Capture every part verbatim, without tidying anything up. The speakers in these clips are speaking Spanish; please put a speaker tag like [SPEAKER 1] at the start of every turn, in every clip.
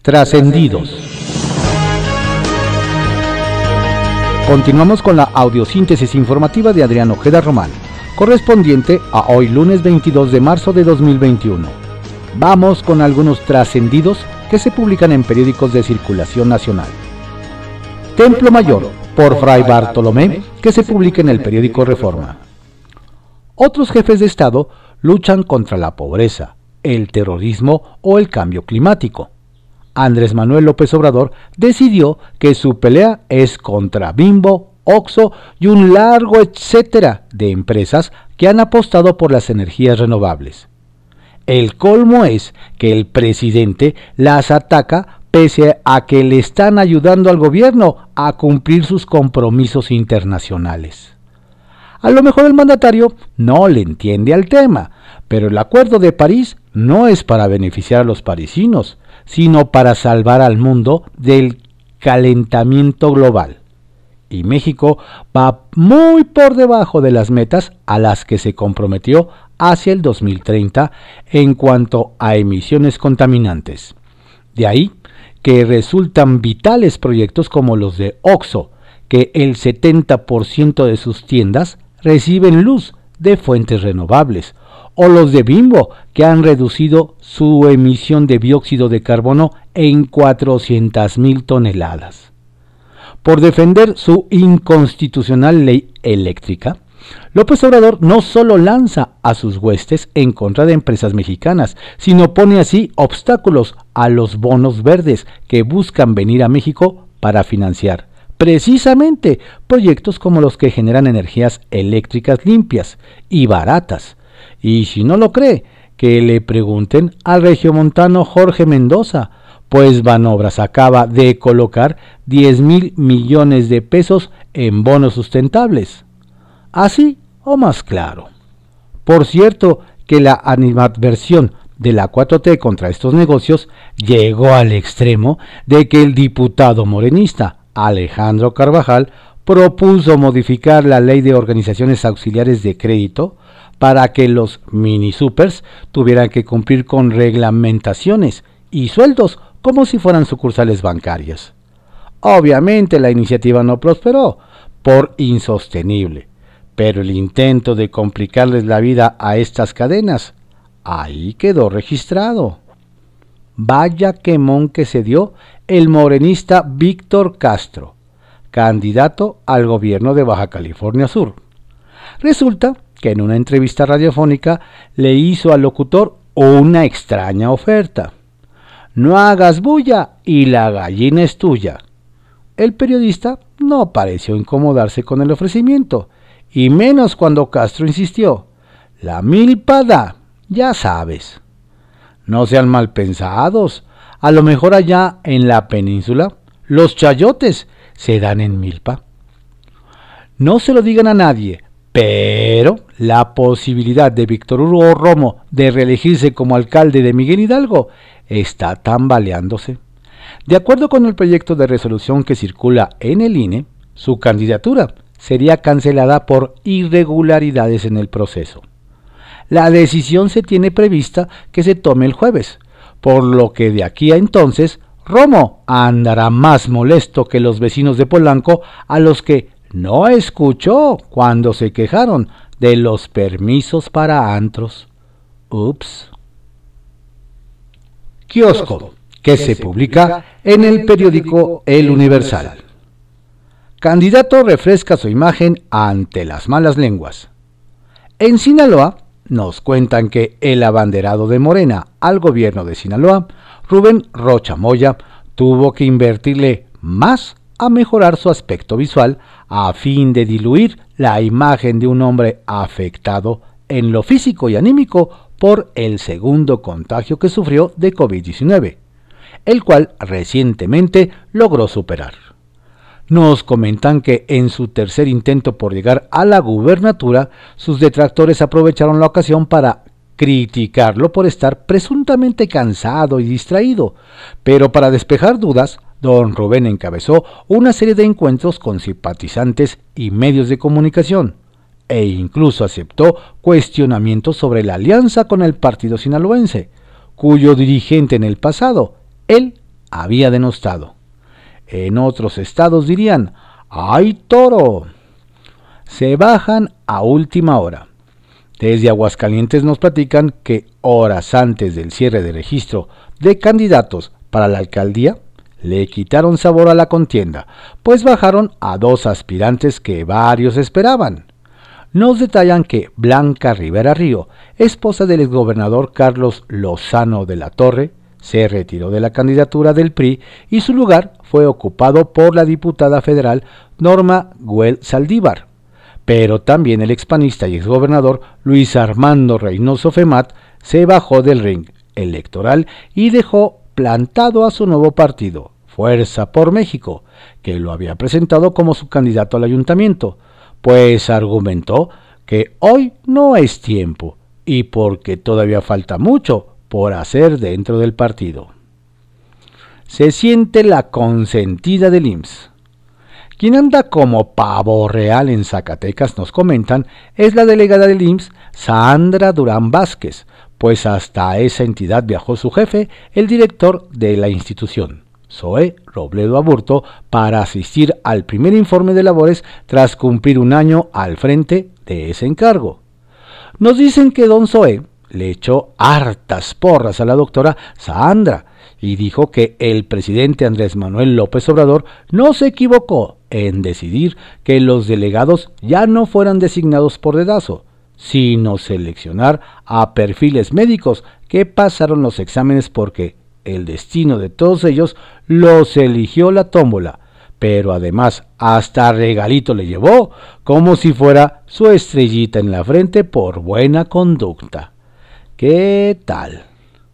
[SPEAKER 1] Trascendidos. Continuamos con la audiosíntesis informativa de Adrián Ojeda Román, correspondiente a hoy lunes veintidós de marzo de dos mil veintiuno. Vamos con algunos trascendidos que se publican en periódicos de circulación nacional. Templo Mayor, por Fray Bartolomé, que se publica en el periódico Reforma. Otros jefes de Estado luchan contra la pobreza, el terrorismo o el cambio climático. Andrés Manuel López Obrador decidió que su pelea es contra Bimbo, Oxxo y un largo etcétera de empresas que han apostado por las energías renovables. El colmo es que el presidente las ataca pese a que le están ayudando al gobierno a cumplir sus compromisos internacionales. A lo mejor el mandatario no le entiende al tema, pero el Acuerdo de París no es para beneficiar a los parisinos, sino para salvar al mundo del calentamiento global. Y México va muy por debajo de las metas a las que se comprometió hacia el dos mil treinta en cuanto a emisiones contaminantes. De ahí que resultan vitales proyectos como los de Oxxo, que el setenta por ciento de sus tiendas reciben luz de fuentes renovables, o los de Bimbo, que han reducido su emisión de dióxido de carbono en cuatrocientas mil toneladas. Por defender su inconstitucional ley eléctrica, López Obrador no solo lanza a sus huestes en contra de empresas mexicanas, sino pone así obstáculos a los bonos verdes que buscan venir a México para financiar precisamente proyectos como los que generan energías eléctricas limpias y baratas. Y si no lo cree, que le pregunten al regiomontano Jorge Mendoza, pues Banobras acaba de colocar diez mil millones de pesos en bonos sustentables. Así o más claro. Por cierto, que la animadversión de la cuatro T contra estos negocios llegó al extremo de que el diputado morenista Alejandro Carvajal propuso modificar la ley de organizaciones auxiliares de crédito para que los mini supers tuvieran que cumplir con reglamentaciones y sueldos como si fueran sucursales bancarias. Obviamente la iniciativa no prosperó por insostenible, pero el intento de complicarles la vida a estas cadenas, ahí quedó registrado. Vaya quemón que se dio el morenista Víctor Castro, candidato al gobierno de Baja California Sur. Resulta que en una entrevista radiofónica le hizo al locutor una extraña oferta. No hagas bulla y la gallina es tuya. El periodista no pareció incomodarse con el ofrecimiento, y menos cuando Castro insistió. La milpa da, ya sabes. No sean mal pensados, a lo mejor allá en la península los chayotes se dan en milpa. No se lo digan a nadie, pero la posibilidad de Víctor Hugo Romo de reelegirse como alcalde de Miguel Hidalgo está tambaleándose. De acuerdo con el proyecto de resolución que circula en el I N E, su candidatura sería cancelada por irregularidades en el proceso. La decisión se tiene prevista que se tome el jueves, por lo que de aquí a entonces Romo andará más molesto que los vecinos de Polanco, a los que no escuchó cuando se quejaron de los permisos para antros. Ups. Kiosco, que se publica en el periódico El Universal. Candidato refresca su imagen ante las malas lenguas. En Sinaloa nos cuentan que el abanderado de Morena al gobierno de Sinaloa, Rubén Rocha Moya, tuvo que invertirle más a mejorar su aspecto visual a fin de diluir la imagen de un hombre afectado en lo físico y anímico por el segundo contagio que sufrió de COVID diecinueve, el cual recientemente logró superar. Nos comentan que en su tercer intento por llegar a la gubernatura, sus detractores aprovecharon la ocasión para criticarlo por estar presuntamente cansado y distraído, pero para despejar dudas, don Rubén encabezó una serie de encuentros con simpatizantes y medios de comunicación, e incluso aceptó cuestionamientos sobre la alianza con el partido sinaloense, cuyo dirigente en el pasado, él, había denostado. En otros estados dirían, ¡ay toro! Se bajan a última hora. Desde Aguascalientes nos platican que horas antes del cierre de registro de candidatos para la alcaldía, le quitaron sabor a la contienda, pues bajaron a dos aspirantes que varios esperaban. Nos detallan que Blanca Rivera Río, esposa del exgobernador Carlos Lozano de la Torre, se retiró de la candidatura del P R I y su lugar fue ocupado por la diputada federal Norma Güell Saldívar. Pero también el expanista y exgobernador Luis Armando Reynoso Femat se bajó del ring electoral y dejó plantado a su nuevo partido, Fuerza por México, que lo había presentado como su candidato al ayuntamiento, pues argumentó que hoy no es tiempo y porque todavía falta mucho por hacer dentro del partido. Se siente la consentida del I M S S. Quien anda como pavo real en Zacatecas, nos comentan, es la delegada del I M S S, Sandra Durán Vázquez, pues hasta esa entidad viajó su jefe, el director de la institución, Zoé Robledo Aburto, para asistir al primer informe de labores tras cumplir un año al frente de ese encargo. Nos dicen que don Zoé le echó hartas porras a la doctora Sandra y dijo que el presidente Andrés Manuel López Obrador no se equivocó en decidir que los delegados ya no fueran designados por dedazo, sino seleccionar a perfiles médicos que pasaron los exámenes porque el destino de todos ellos los eligió la tómbola, pero además hasta regalito le llevó, como si fuera su estrellita en la frente por buena conducta. ¿Qué tal?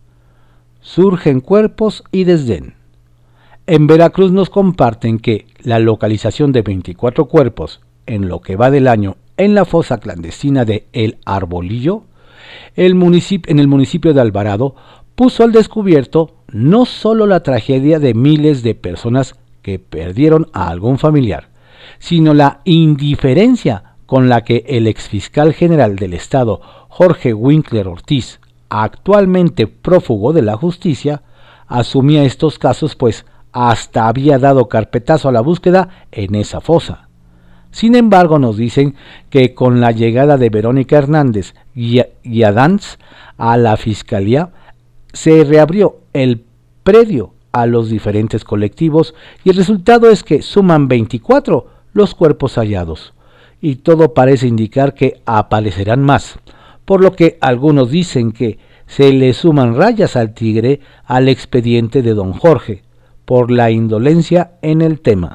[SPEAKER 1] Surgen cuerpos y desdén. En Veracruz nos comparten que la localización de veinticuatro cuerpos en lo que va del año en la fosa clandestina de El Arbolillo, el municipio, en el municipio de Alvarado, puso al descubierto no solo la tragedia de miles de personas que perdieron a algún familiar, sino la indiferencia con la que el exfiscal general del estado, Jorge Winkler Ortiz, actualmente prófugo de la justicia, asumía estos casos, pues hasta había dado carpetazo a la búsqueda en esa fosa. Sin embargo, nos dicen que con la llegada de Verónica Hernández y Adams a la fiscalía, se reabrió el predio a los diferentes colectivos y el resultado es que suman veinticuatro los cuerpos hallados y todo parece indicar que aparecerán más, por lo que algunos dicen que se le suman rayas al tigre al expediente de don Jorge por la indolencia en el tema.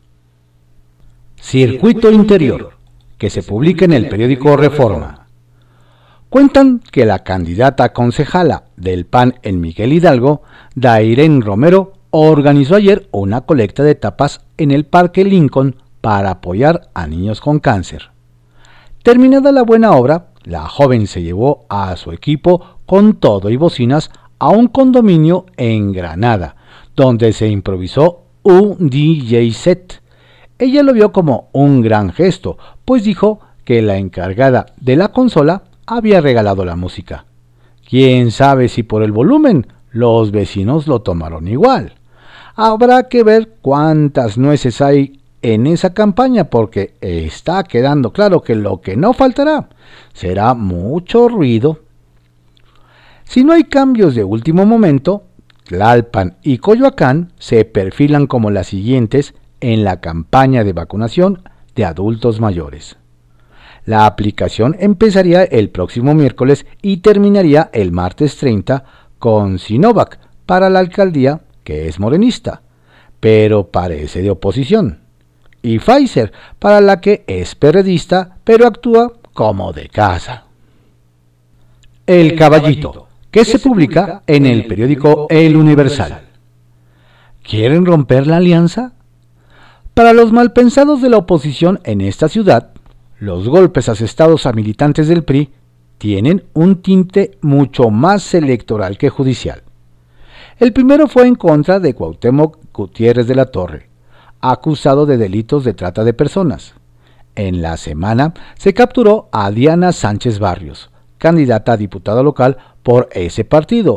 [SPEAKER 1] Circuito Interior, que se publica en el periódico Reforma. Cuentan que la candidata concejala del P A N en Miguel Hidalgo, Dairén Romero, organizó ayer una colecta de tapas en el Parque Lincoln para apoyar a niños con cáncer. Terminada la buena obra, la joven se llevó a su equipo con todo y bocinas a un condominio en Granada, donde se improvisó un D J set. Ella lo vio como un gran gesto, pues dijo que la encargada de la consola había regalado la música. Quién sabe si por el volumen los vecinos lo tomaron igual. Habrá que ver cuántas nueces hay en esa campaña, porque está quedando claro que lo que no faltará será mucho ruido. Si no hay cambios de último momento, Tlalpan y Coyoacán se perfilan como las siguientes en la campaña de vacunación de adultos mayores. La aplicación empezaría el próximo miércoles y terminaría el martes treinta con Sinovac para la alcaldía, que es morenista, pero parece de oposición, y Pfizer para la que es perredista, pero actúa como de casa. El Caballito, que se publica en el periódico El Universal. ¿Quieren romper la alianza? Para los malpensados de la oposición en esta ciudad, los golpes asestados a militantes del P R I tienen un tinte mucho más electoral que judicial. El primero fue en contra de Cuauhtémoc Gutiérrez de la Torre, acusado de delitos de trata de personas. En la semana se capturó a Diana Sánchez Barrios, candidata a diputada local por ese partido,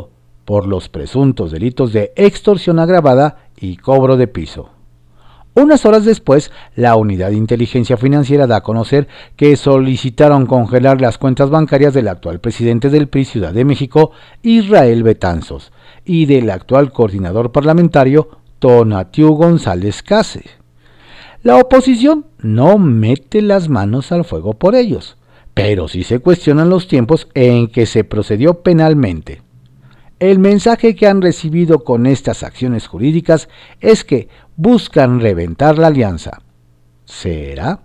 [SPEAKER 1] por los presuntos delitos de extorsión agravada y cobro de piso. Unas horas después, la Unidad de Inteligencia Financiera da a conocer que solicitaron congelar las cuentas bancarias del actual presidente del P R I Ciudad de México, Israel Betanzos, y del actual coordinador parlamentario, Tonatiu González Case. La oposición no mete las manos al fuego por ellos, pero sí se cuestionan los tiempos en que se procedió penalmente. El mensaje que han recibido con estas acciones jurídicas es que buscan reventar la alianza. ¿Será?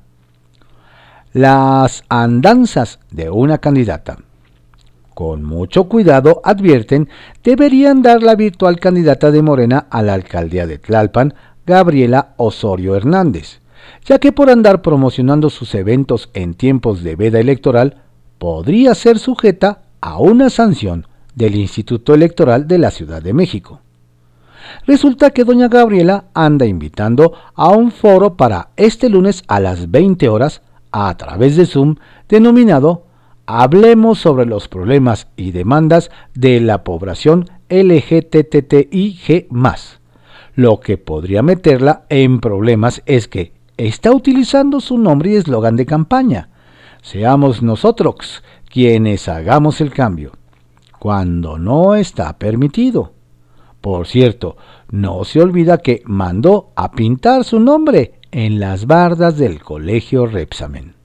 [SPEAKER 1] Las andanzas de una candidata. Con mucho cuidado, advierten, deberían dar la virtual candidata de Morena a la alcaldía de Tlalpan, Gabriela Osorio Hernández, ya que por andar promocionando sus eventos en tiempos de veda electoral, podría ser sujeta a una sanción del Instituto Electoral de la Ciudad de México. Resulta que doña Gabriela anda invitando a un foro para este lunes a las veinte horas a través de Zoom denominado Hablemos sobre los problemas y demandas de la población L G B T I G más. Lo que podría meterla en problemas es que está utilizando su nombre y eslogan de campaña. Seamos nosotros quienes hagamos el cambio, cuando no está permitido. Por cierto, no se olvida que mandó a pintar su nombre en las bardas del Colegio Repsamen.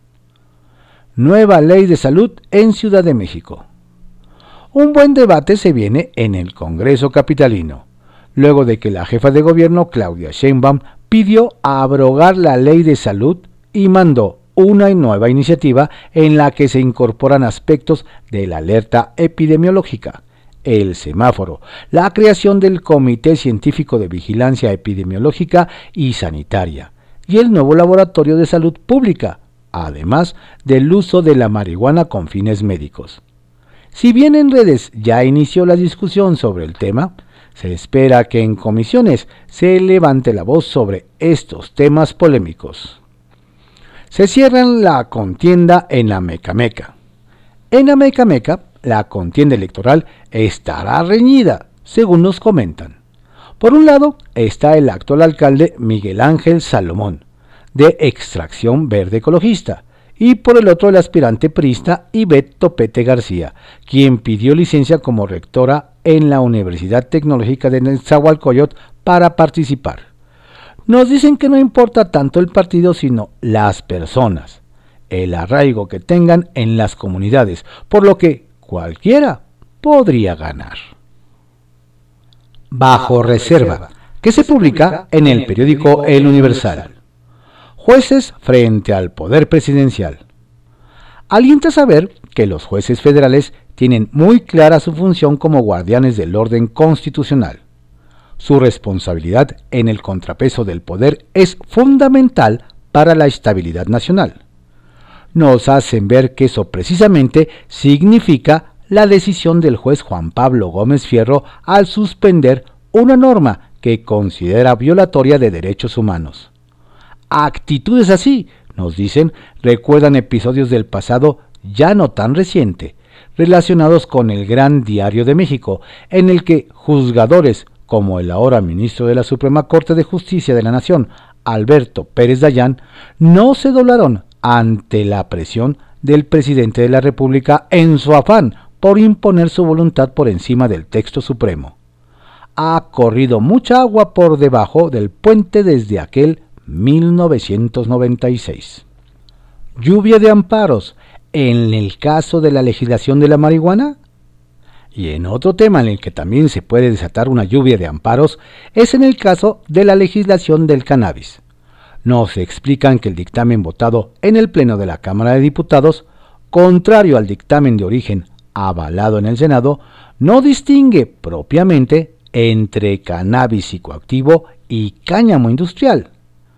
[SPEAKER 1] Nueva ley de salud en Ciudad de México. Un buen debate se viene en el Congreso capitalino, luego de que la jefa de gobierno Claudia Sheinbaum pidió abrogar la ley de salud y mandó una nueva iniciativa en la que se incorporan aspectos de la alerta epidemiológica, el semáforo, la creación del Comité Científico de Vigilancia Epidemiológica y Sanitaria y el nuevo Laboratorio de Salud Pública, además del uso de la marihuana con fines médicos. Si bien en redes ya inició la discusión sobre el tema, se espera que en comisiones se levante la voz sobre estos temas polémicos. Se cierran la contienda en Amecameca. En Amecameca, la contienda electoral estará reñida, según nos comentan. Por un lado está el actual alcalde Miguel Ángel Salomón, de extracción verde ecologista, y por el otro el aspirante priista Ivette Topete García, quien pidió licencia como rectora en la Universidad Tecnológica de Nezahualcóyotl para participar. Nos dicen que no importa tanto el partido, sino las personas, el arraigo que tengan en las comunidades, por lo que cualquiera podría ganar. Bajo reserva, que se publica en el periódico El Universal. Jueces frente al poder presidencial. Alienta saber que los jueces federales tienen muy clara su función como guardianes del orden constitucional. Su responsabilidad en el contrapeso del poder es fundamental para la estabilidad nacional. Nos hacen ver que eso precisamente significa la decisión del juez Juan Pablo Gómez Fierro al suspender una norma que considera violatoria de derechos humanos. Actitudes así, nos dicen, recuerdan episodios del pasado ya no tan reciente, relacionados con el Gran Diario de México, en el que juzgadores como el ahora ministro de la Suprema Corte de Justicia de la Nación, Alberto Pérez Dayán, no se doblaron ante la presión del presidente de la República en su afán por imponer su voluntad por encima del texto supremo. Ha corrido mucha agua por debajo del puente desde aquel mil novecientos noventa y seis. Lluvia de amparos en el caso de la legislación de la marihuana. Y en otro tema en el que también se puede desatar una lluvia de amparos es en el caso de la legislación del cannabis. Nos explican que el dictamen votado en el Pleno de la Cámara de Diputados, contrario al dictamen de origen avalado en el Senado, no distingue propiamente entre cannabis psicoactivo y cáñamo industrial.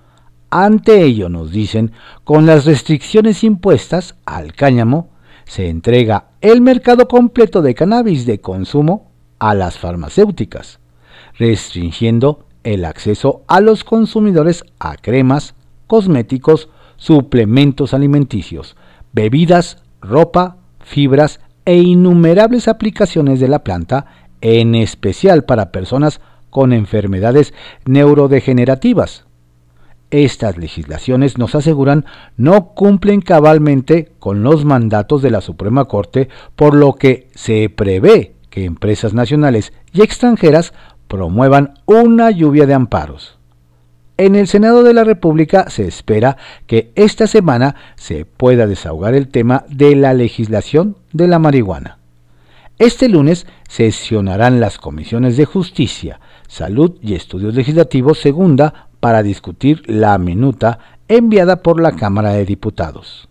[SPEAKER 1] Ante ello, nos dicen, con las restricciones impuestas al cáñamo, se entrega el mercado completo de cannabis de consumo a las farmacéuticas, restringiendo el acceso a los consumidores a cremas, cosméticos, suplementos alimenticios, bebidas, ropa, fibras e innumerables aplicaciones de la planta en especial para personas con enfermedades neurodegenerativas. Estas legislaciones, nos aseguran, no cumplen cabalmente con los mandatos de la Suprema Corte, por lo que se prevé que empresas nacionales y extranjeras promuevan una lluvia de amparos. En el Senado de la República se espera que esta semana se pueda desahogar el tema de la legislación de la marihuana. Este lunes sesionarán las comisiones de Justicia, Salud y Estudios Legislativos segunda para discutir la minuta enviada por la Cámara de Diputados.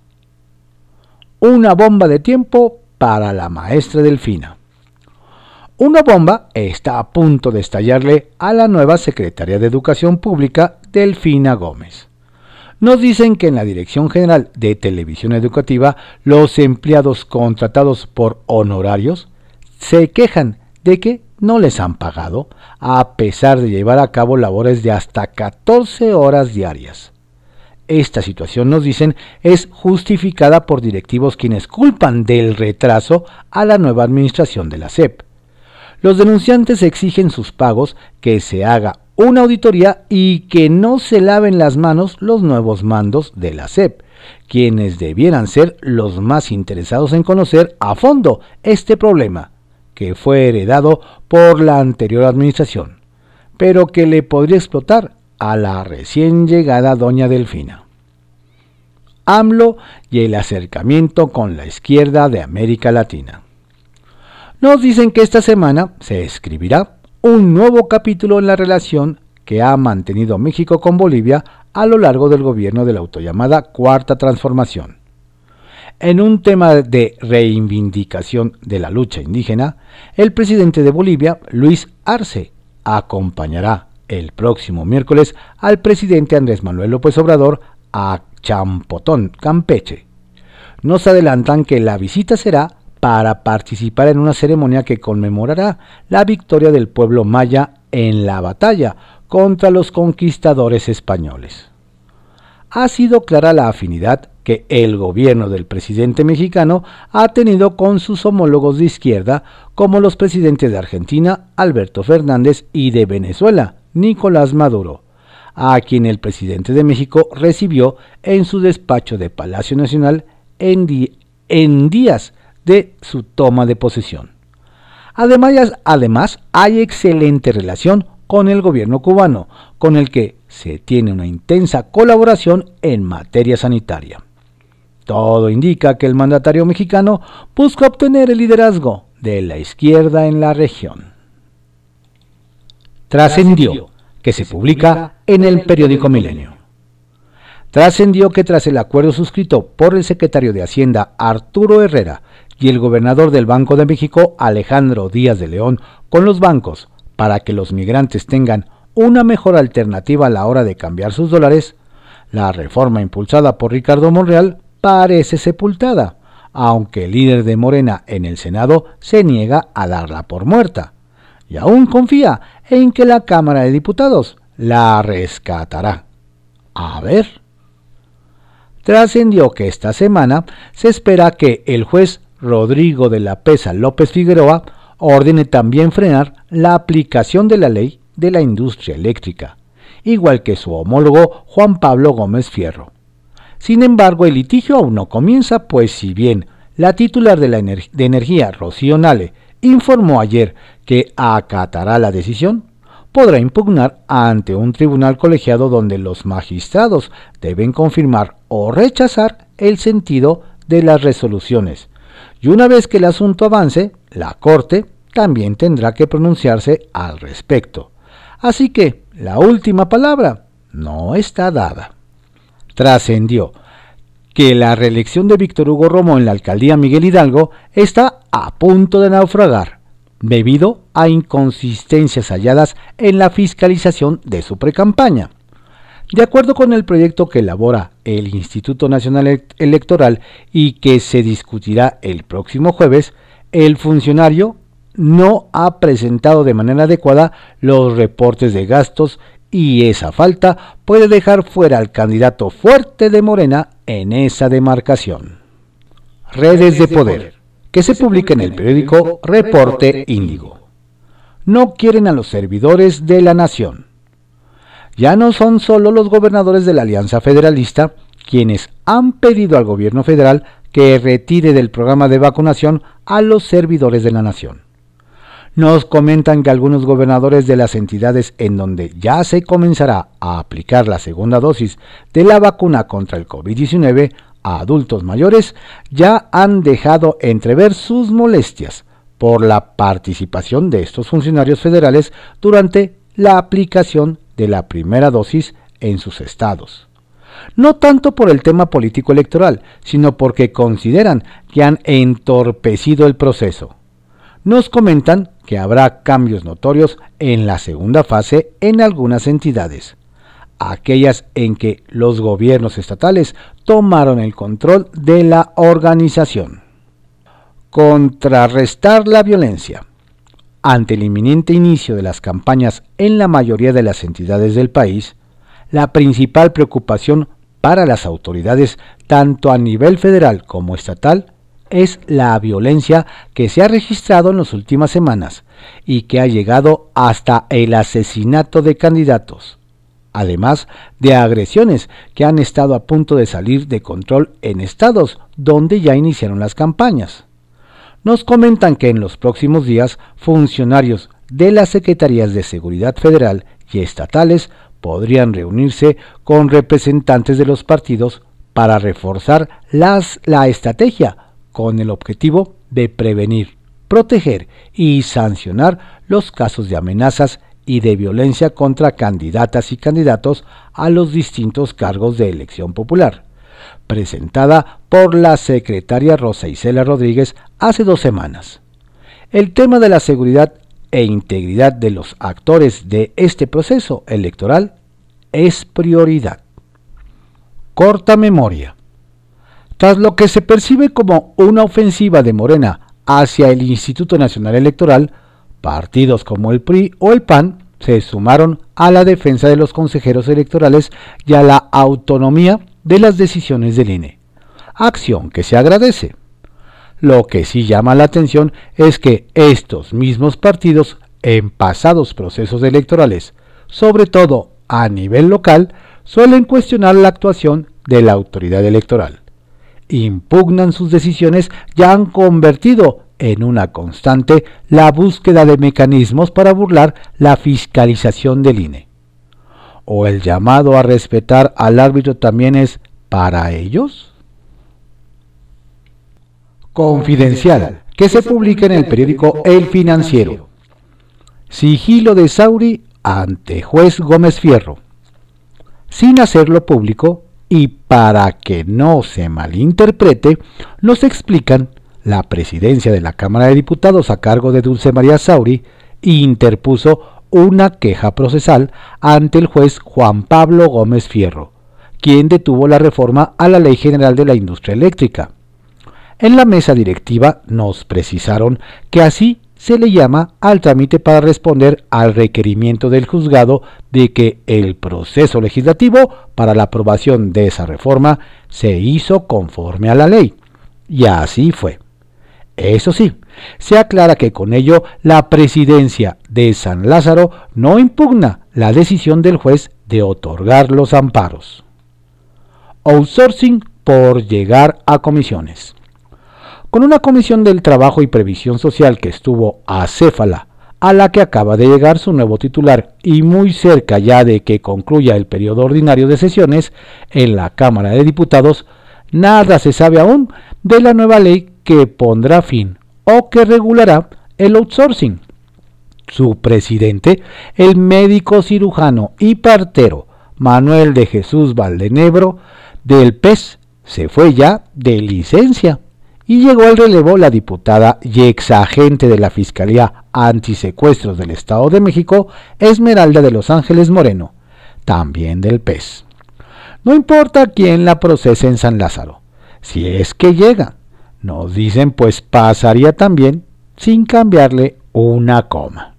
[SPEAKER 1] Una bomba de tiempo para la maestra Delfina. Una bomba está a punto de estallarle a la nueva secretaria de Educación Pública, Delfina Gómez. Nos dicen que en la Dirección General de Televisión Educativa, los empleados contratados por honorarios se quejan de que no les han pagado, a pesar de llevar a cabo labores de hasta catorce horas diarias. Esta situación, nos dicen, es justificada por directivos quienes culpan del retraso a la nueva administración de la S E P. Los denunciantes exigen sus pagos, que se haga una auditoría y que no se laven las manos los nuevos mandos de la S E P, quienes debieran ser los más interesados en conocer a fondo este problema, que fue heredado por la anterior administración, pero que le podría explotar a la recién llegada doña Delfina. AMLO y el acercamiento con la izquierda de América Latina. Nos dicen que esta semana se escribirá un nuevo capítulo en la relación que ha mantenido México con Bolivia a lo largo del gobierno de la autollamada Cuarta Transformación. En un tema de reivindicación de la lucha indígena, el presidente de Bolivia, Luis Arce, acompañará el próximo miércoles al presidente Andrés Manuel López Obrador a Champotón, Campeche. Nos adelantan que la visita será para participar en una ceremonia que conmemorará la victoria del pueblo maya en la batalla contra los conquistadores españoles. Ha sido clara la afinidad que el gobierno del presidente mexicano ha tenido con sus homólogos de izquierda, como los presidentes de Argentina, Alberto Fernández, y de Venezuela, Nicolás Maduro, a quien el presidente de México recibió en su despacho de Palacio Nacional en, di- en días de su toma de posesión. Además, además, hay excelente relación con el gobierno cubano, con el que se tiene una intensa colaboración en materia sanitaria. Todo indica que el mandatario mexicano busca obtener el liderazgo de la izquierda en la región. Trascendió, que se publica en el periódico Milenio. Trascendió que tras el acuerdo suscrito por el secretario de Hacienda Arturo Herrera y el gobernador del Banco de México Alejandro Díaz de León con los bancos para que los migrantes tengan una mejor alternativa a la hora de cambiar sus dólares, la reforma impulsada por Ricardo Monreal parece sepultada, aunque el líder de Morena en el Senado se niega a darla por muerta, y aún confía en que la Cámara de Diputados la rescatará. A ver. Trascendió que esta semana se espera que el juez Rodrigo de la Pesa López Figueroa ordene también frenar la aplicación de la ley de la industria eléctrica, igual que su homólogo Juan Pablo Gómez Fierro. Sin embargo, el litigio aún no comienza, pues si bien la titular de, la ener- de energía, Rocío Nale, informó ayer que acatará la decisión, podrá impugnar ante un tribunal colegiado donde los magistrados deben confirmar o rechazar el sentido de las resoluciones. Y una vez que el asunto avance, la Corte también tendrá que pronunciarse al respecto. Así que la última palabra no está dada. Trascendió que la reelección de Víctor Hugo Romo en la alcaldía Miguel Hidalgo está a punto de naufragar, debido a inconsistencias halladas en la fiscalización de su precampaña. De acuerdo con el proyecto que elabora el Instituto Nacional Electoral y que se discutirá el próximo jueves, el funcionario no ha presentado de manera adecuada los reportes de gastos y esa falta puede dejar fuera al candidato fuerte de Morena en esa demarcación. Redes de Poder, que se publica en el periódico Reporte Índigo. no quieren a los servidores de la nación. Ya no son solo los gobernadores de la Alianza Federalista quienes han pedido al gobierno federal que retire del programa de vacunación a los servidores de la nación. Nos comentan que algunos gobernadores de las entidades en donde ya se comenzará a aplicar la segunda dosis de la vacuna contra el COVID diecinueve a adultos mayores ya han dejado entrever sus molestias por la participación de estos funcionarios federales durante la aplicación de la primera dosis en sus estados. No tanto por el tema político electoral, sino porque consideran que han entorpecido el proceso. Nos comentan que habrá cambios notorios en la segunda fase en algunas entidades, aquellas en que los gobiernos estatales tomaron el control de la organización. Contrarrestar la violencia. Ante el inminente inicio de las campañas en la mayoría de las entidades del país, la principal preocupación para las autoridades, tanto a nivel federal como estatal, es la violencia que se ha registrado en las últimas semanas y que ha llegado hasta el asesinato de candidatos, además de agresiones que han estado a punto de salir de control en estados donde ya iniciaron las campañas. Nos comentan que en los próximos días funcionarios de las Secretarías de Seguridad Federal y estatales podrían reunirse con representantes de los partidos para reforzar las, la estrategia con el objetivo de prevenir, proteger y sancionar los casos de amenazas y de violencia contra candidatas y candidatos a los distintos cargos de elección popular, presentada por la secretaria Rosa Isela Rodríguez hace dos semanas. El tema de la seguridad e integridad de los actores de este proceso electoral es prioridad. Corta memoria. Tras lo que se percibe como una ofensiva de Morena hacia el Instituto Nacional Electoral, partidos como el P R I o el P A N se sumaron a la defensa de los consejeros electorales y a la autonomía de las decisiones del I N E, acción que se agradece. Lo que sí llama la atención es que estos mismos partidos, en pasados procesos electorales, sobre todo a nivel local, suelen cuestionar la actuación de la autoridad electoral. Impugnan sus decisiones y han convertido en una constante la búsqueda de mecanismos para burlar la fiscalización del I N E. ¿O el llamado a respetar al árbitro también es para ellos? Confidencial, que se publica en el periódico El Financiero. Sigilo de Sauri ante juez Gómez Fierro. Sin hacerlo público y para que no se malinterprete, nos explican la presidencia de la Cámara de Diputados a cargo de Dulce María Sauri interpuso una queja procesal ante el juez Juan Pablo Gómez Fierro, quien detuvo la reforma a la Ley General de la Industria Eléctrica. En la mesa directiva nos precisaron que así se le llama al trámite para responder al requerimiento del juzgado de que el proceso legislativo para la aprobación de esa reforma se hizo conforme a la ley. Y así fue. Eso sí, se aclara que con ello la presidencia de San Lázaro no impugna la decisión del juez de otorgar los amparos. Outsourcing por llegar a comisiones. Con una comisión del Trabajo y Previsión Social que estuvo acéfala, a la que acaba de llegar su nuevo titular y muy cerca ya de que concluya el periodo ordinario de sesiones en la Cámara de Diputados, nada se sabe aún de la nueva ley que pondrá fin o que regulará el outsourcing. Su presidente, el médico cirujano y partero Manuel de Jesús Valdenebro del P E S, se fue ya de licencia. Y llegó al relevo la diputada y exagente de la Fiscalía Antisecuestros del Estado de México, Esmeralda de Los Ángeles Moreno, también del P E S. No importa quién la procese en San Lázaro, si es que llega, nos dicen pues pasaría también sin cambiarle una coma.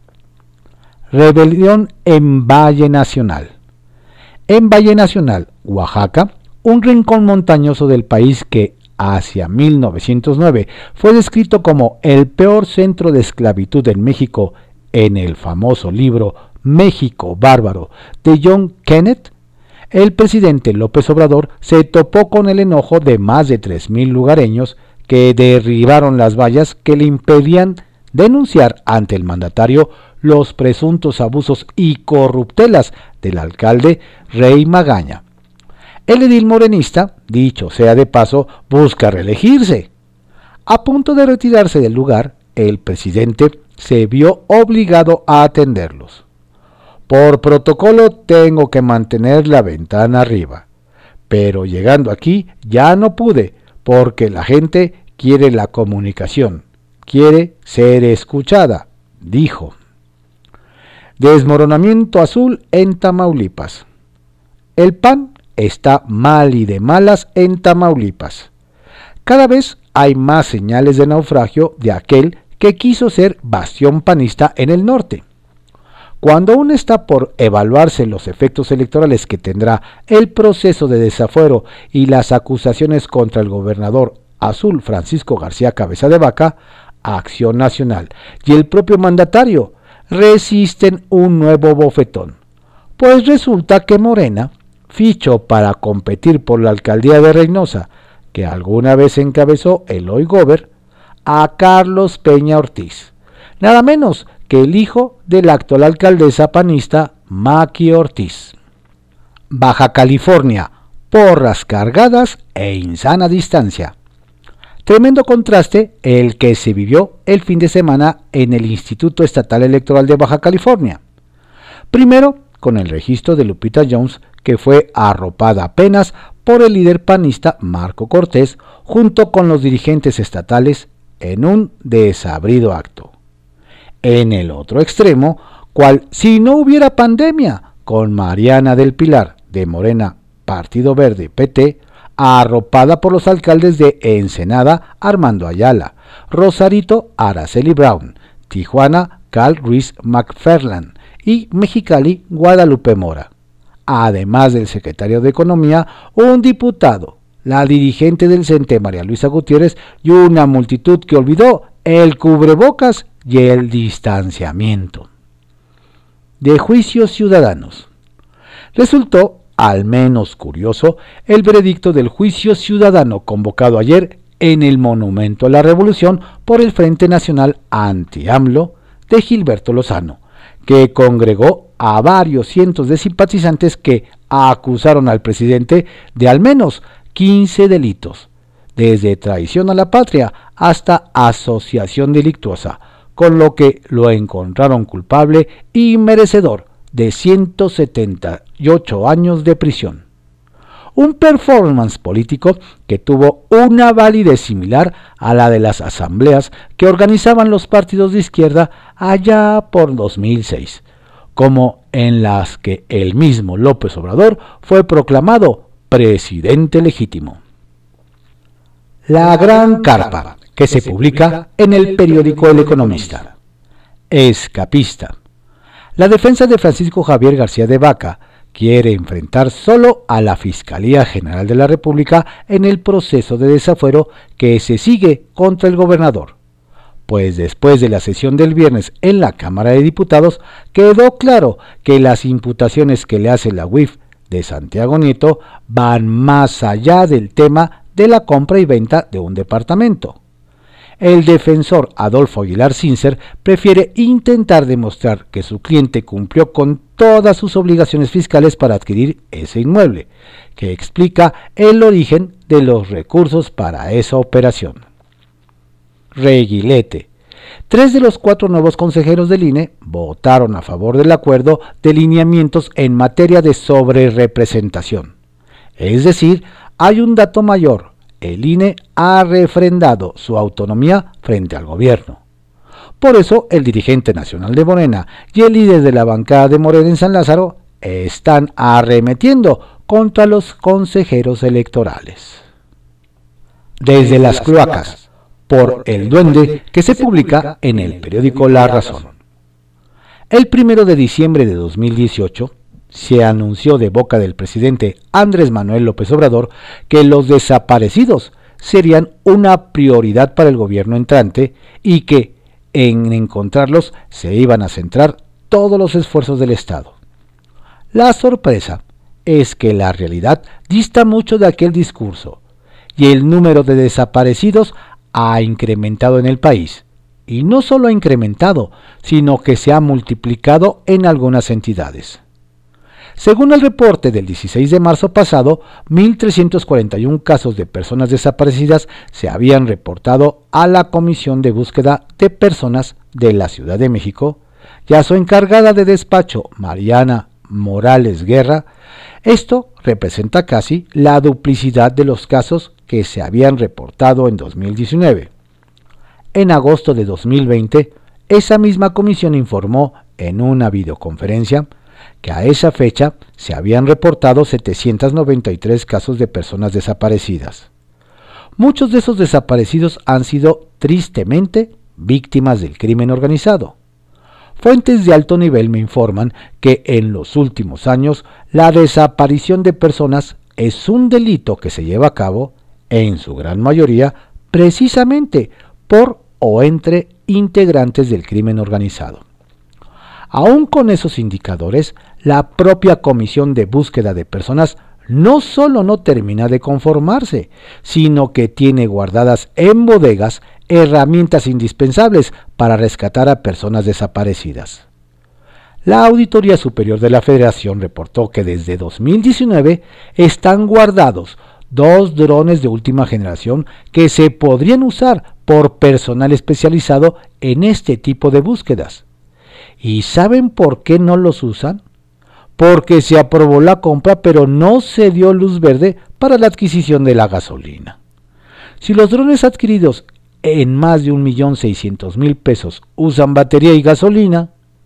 [SPEAKER 1] Rebelión en Valle Nacional. En Valle Nacional, Oaxaca, un rincón montañoso del país que hacia mil novecientos nueve fue descrito como el peor centro de esclavitud en México en el famoso libro México Bárbaro de John Kenneth, el presidente López Obrador se topó con el enojo de más de tres mil lugareños que derribaron las vallas que le impedían denunciar ante el mandatario los presuntos abusos y corruptelas del alcalde Rey Magaña. El edil morenista, dicho sea de paso, busca reelegirse. A punto de retirarse del lugar, el presidente se vio obligado a atenderlos. Por protocolo tengo que mantener la ventana arriba, pero llegando aquí ya no pude, porque la gente quiere la comunicación, quiere ser escuchada, dijo. Desmoronamiento azul en Tamaulipas. El P A N está mal y de malas en Tamaulipas. Cada vez hay más señales de naufragio de aquel que quiso ser bastión panista en el norte. Cuando aún está por evaluarse los efectos electorales que tendrá el proceso de desafuero y las acusaciones contra el gobernador azul Francisco García Cabeza de Vaca, Acción Nacional y el propio mandatario resisten un nuevo bofetón, pues resulta que Morena fichó para competir por la alcaldía de Reynosa, que alguna vez encabezó Eloy Gober, a Carlos Peña Ortiz, nada menos que el hijo de la actual alcaldesa panista Maki Ortiz. Baja California, porras cargadas e insana distancia. Tremendo contraste el que se vivió el fin de semana en el Instituto Estatal Electoral de Baja California. Primero, con el registro de Lupita Jones, que fue arropada apenas por el líder panista Marco Cortés, junto con los dirigentes estatales, en un desabrido acto. En el otro extremo, cual si no hubiera pandemia, con Mariana del Pilar, de Morena, Partido Verde, P T, arropada por los alcaldes de Ensenada, Armando Ayala, Rosarito, Araceli Brown, Tijuana, Carl Ruiz McFarland y Mexicali, Guadalupe Mora. Además del secretario de Economía, un diputado, la dirigente del C E N T E, María Luisa Gutiérrez, y una multitud que olvidó el cubrebocas y el distanciamiento. De juicios ciudadanos. Resultó al menos curioso el veredicto del juicio ciudadano convocado ayer en el Monumento a la Revolución por el Frente Nacional Anti-AMLO de Gilberto Lozano, que congregó a varios cientos de simpatizantes que acusaron al presidente de al menos quince delitos, desde traición a la patria hasta asociación delictuosa, con lo que lo encontraron culpable y merecedor de ciento setenta y ocho años de prisión. Un performance político que tuvo una validez similar a la de las asambleas que organizaban los partidos de izquierda allá por dos mil seis, como en las que el mismo López Obrador fue proclamado presidente legítimo. La Gran Carpa, que se publica en el periódico El Economista. Escapista. La defensa de Francisco Javier García de Vaca quiere enfrentar solo a la Fiscalía General de la República en el proceso de desafuero que se sigue contra el gobernador, pues después de la sesión del viernes en la Cámara de Diputados quedó claro que las imputaciones que le hace la U I F de Santiago Nieto van más allá del tema de la compra y venta de un departamento. El defensor Adolfo Aguilar Sincer prefiere intentar demostrar que su cliente cumplió con todas sus obligaciones fiscales para adquirir ese inmueble, que explica el origen de los recursos para esa operación. Reguilete. Tres de los cuatro nuevos consejeros del I N E votaron a favor del acuerdo de lineamientos en materia de sobrerepresentación. Es decir, hay un dato mayor. El I N E ha refrendado su autonomía frente al gobierno. Por eso, el dirigente nacional de Morena y el líder de la bancada de Morena en San Lázaro están arremetiendo contra los consejeros electorales. Desde las cloacas, por El Duende, que se publica en el periódico La Razón. El primero de diciembre de dos mil dieciocho, se anunció de boca del presidente Andrés Manuel López Obrador que los desaparecidos serían una prioridad para el gobierno entrante y que en encontrarlos se iban a centrar todos los esfuerzos del Estado. La sorpresa es que la realidad dista mucho de aquel discurso y el número de desaparecidos ha incrementado en el país. Y no solo ha incrementado, sino que se ha multiplicado en algunas entidades. Según el reporte del dieciséis de marzo pasado, mil trescientos cuarenta y uno casos de personas desaparecidas se habían reportado a la Comisión de Búsqueda de Personas de la Ciudad de México y a su encargada de despacho, Mariana Morales Guerra. Esto representa casi la duplicidad de los casos que se habían reportado en dos mil diecinueve. En agosto de dos mil veinte, esa misma comisión informó en una videoconferencia que a esa fecha se habían reportado setecientos noventa y tres casos de personas desaparecidas. Muchos de esos desaparecidos han sido tristemente víctimas del crimen organizado. Fuentes de alto nivel me informan que en los últimos años la desaparición de personas es un delito que se lleva a cabo, en su gran mayoría, precisamente por o entre integrantes del crimen organizado. Aún con esos indicadores, la propia Comisión de Búsqueda de Personas no solo no termina de conformarse, sino que tiene guardadas en bodegas herramientas indispensables para rescatar a personas desaparecidas. La Auditoría Superior de la Federación reportó que desde dos mil diecinueve están guardados dos drones de última generación que se podrían usar por personal especializado en este tipo de búsquedas. ¿Y saben por qué no los usan? Porque se aprobó la compra, pero no se dio luz verde para la adquisición de la gasolina. Si los drones adquiridos en más de un millón seiscientos mil pesos usan batería y gasolina,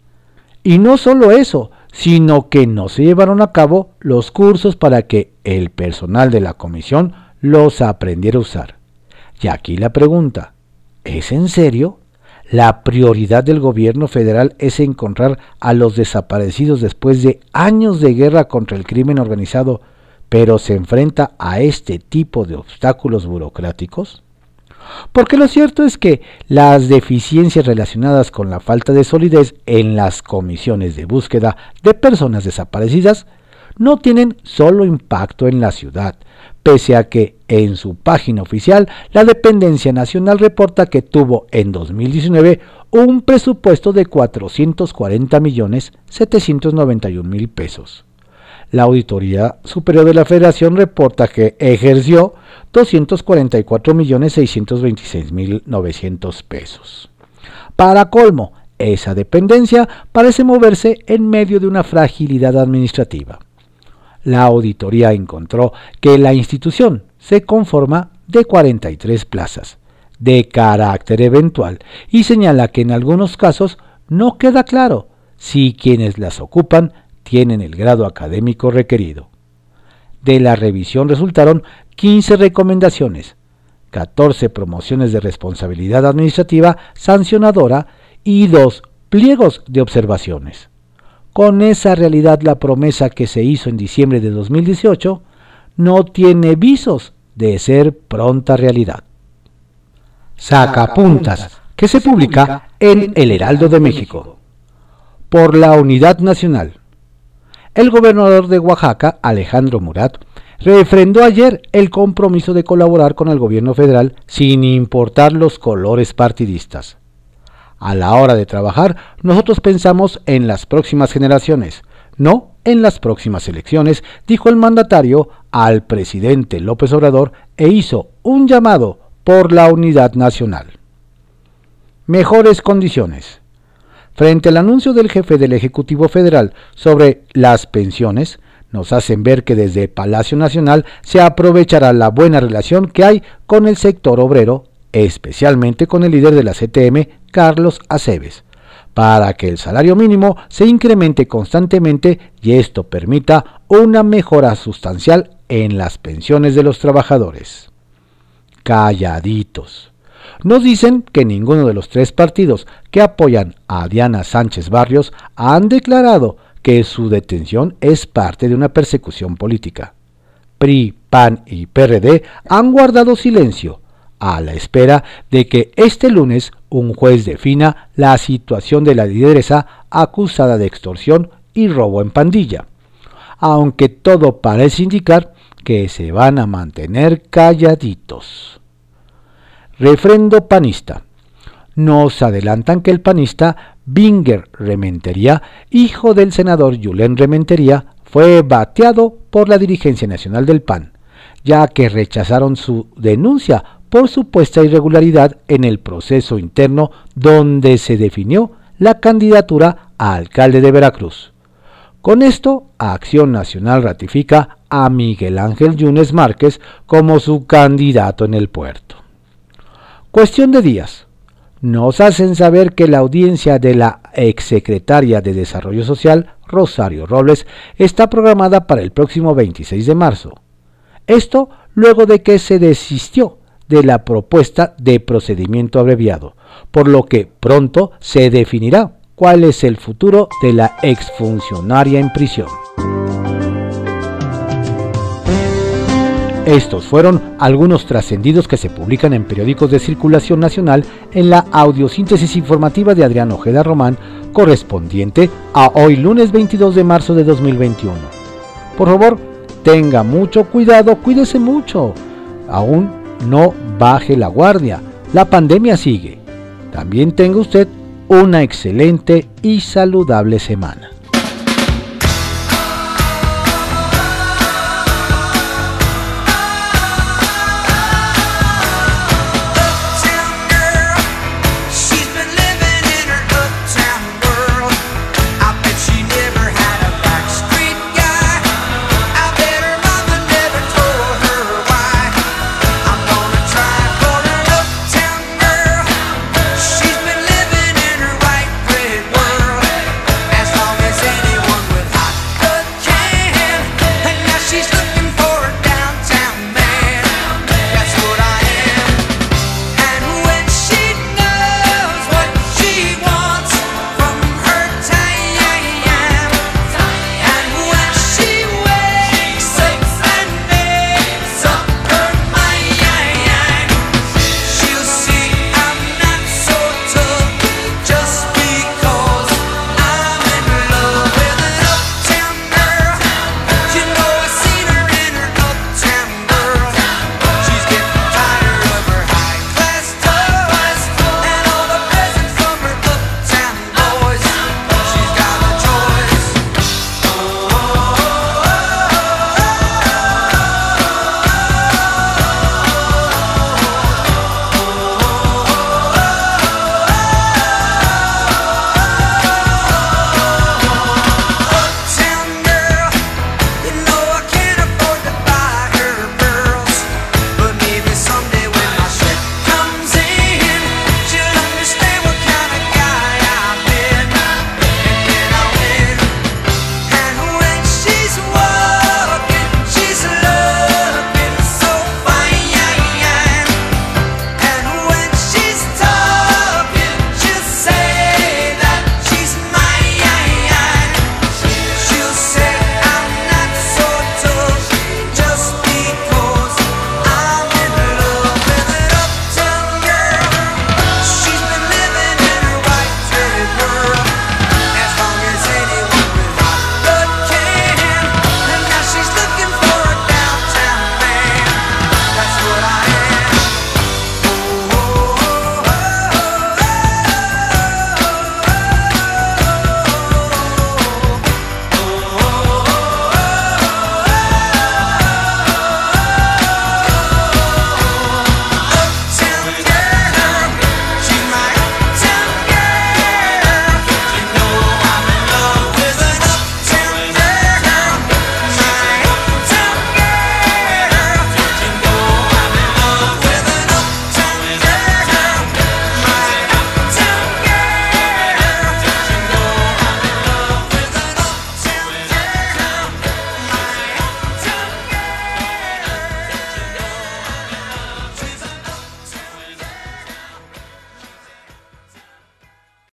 [SPEAKER 1] y no solo eso, sino que no se llevaron a cabo los cursos para que el personal de la comisión los aprendiera a usar. Y aquí la pregunta, ¿es en serio? La prioridad del gobierno federal es encontrar a los desaparecidos después de años de guerra contra el crimen organizado, pero se enfrenta a este tipo de obstáculos burocráticos. Porque lo cierto es que las deficiencias relacionadas con la falta de solidez en las comisiones de búsqueda de personas desaparecidas no tienen solo impacto en la ciudad, pese a que en su página oficial la dependencia nacional reporta que tuvo en dos mil diecinueve un presupuesto de cuatrocientos cuarenta millones setecientos noventa y un mil pesos. La Auditoría Superior de la Federación reporta que ejerció doscientos cuarenta y cuatro millones seiscientos veintiséis mil novecientos pesos. Para colmo, esa dependencia parece moverse en medio de una fragilidad administrativa. La auditoría encontró que la institución se conforma de cuarenta y tres plazas, de carácter eventual, y señala que en algunos casos no queda claro si quienes las ocupan tienen el grado académico requerido. De la revisión resultaron quince recomendaciones, catorce promociones de responsabilidad administrativa sancionadora y dos pliegos de observaciones. Con esa realidad, la promesa que se hizo en diciembre de dos mil dieciocho no tiene visos de ser pronta realidad. Sacapuntas, que se publica en El Heraldo de México. Por la Unidad Nacional. El gobernador de Oaxaca, Alejandro Murat, refrendó ayer el compromiso de colaborar con el gobierno federal sin importar los colores partidistas. A la hora de trabajar, nosotros pensamos en las próximas generaciones, no en las próximas elecciones, dijo el mandatario al presidente López Obrador e hizo un llamado por la unidad nacional. Mejores condiciones. Frente al anuncio del jefe del Ejecutivo Federal sobre las pensiones, nos hacen ver que desde Palacio Nacional se aprovechará la buena relación que hay con el sector obrero, especialmente con el líder de la C T M, Carlos Aceves, para que el salario mínimo se incremente constantemente y esto permita una mejora sustancial en las pensiones de los trabajadores. Calladitos. Nos dicen que ninguno de los tres partidos que apoyan a Diana Sánchez Barrios han declarado que su detención es parte de una persecución política. P R I, P A N y P R D han guardado silencio a la espera de que este lunes un juez defina la situación de la lideresa acusada de extorsión y robo en pandilla, aunque todo parece indicar que se van a mantener calladitos. Refrendo panista. Nos adelantan que el panista Binger Rementería, hijo del senador Julen Rementería, fue bateado por la dirigencia nacional del P A N, ya que rechazaron su denuncia por supuesta irregularidad en el proceso interno donde se definió la candidatura a alcalde de Veracruz. Con esto, Acción Nacional ratifica a Miguel Ángel Yunes Márquez como su candidato en el puerto. Cuestión de días. Nos hacen saber que la audiencia de la exsecretaria de Desarrollo Social, Rosario Robles, está programada para el próximo veintiséis de marzo. Esto luego de que se desistió de la propuesta de procedimiento abreviado, por lo que pronto se definirá cuál es el futuro de la exfuncionaria en prisión. Estos fueron algunos trascendidos que se publican en periódicos de circulación nacional en la audiosíntesis informativa de Adrián Ojeda Román, correspondiente a hoy lunes veintidós de marzo de dos mil veintiuno. Por favor, tenga mucho cuidado, cuídese mucho. Aún no baje la guardia, la pandemia sigue. También tenga usted una excelente y saludable semana.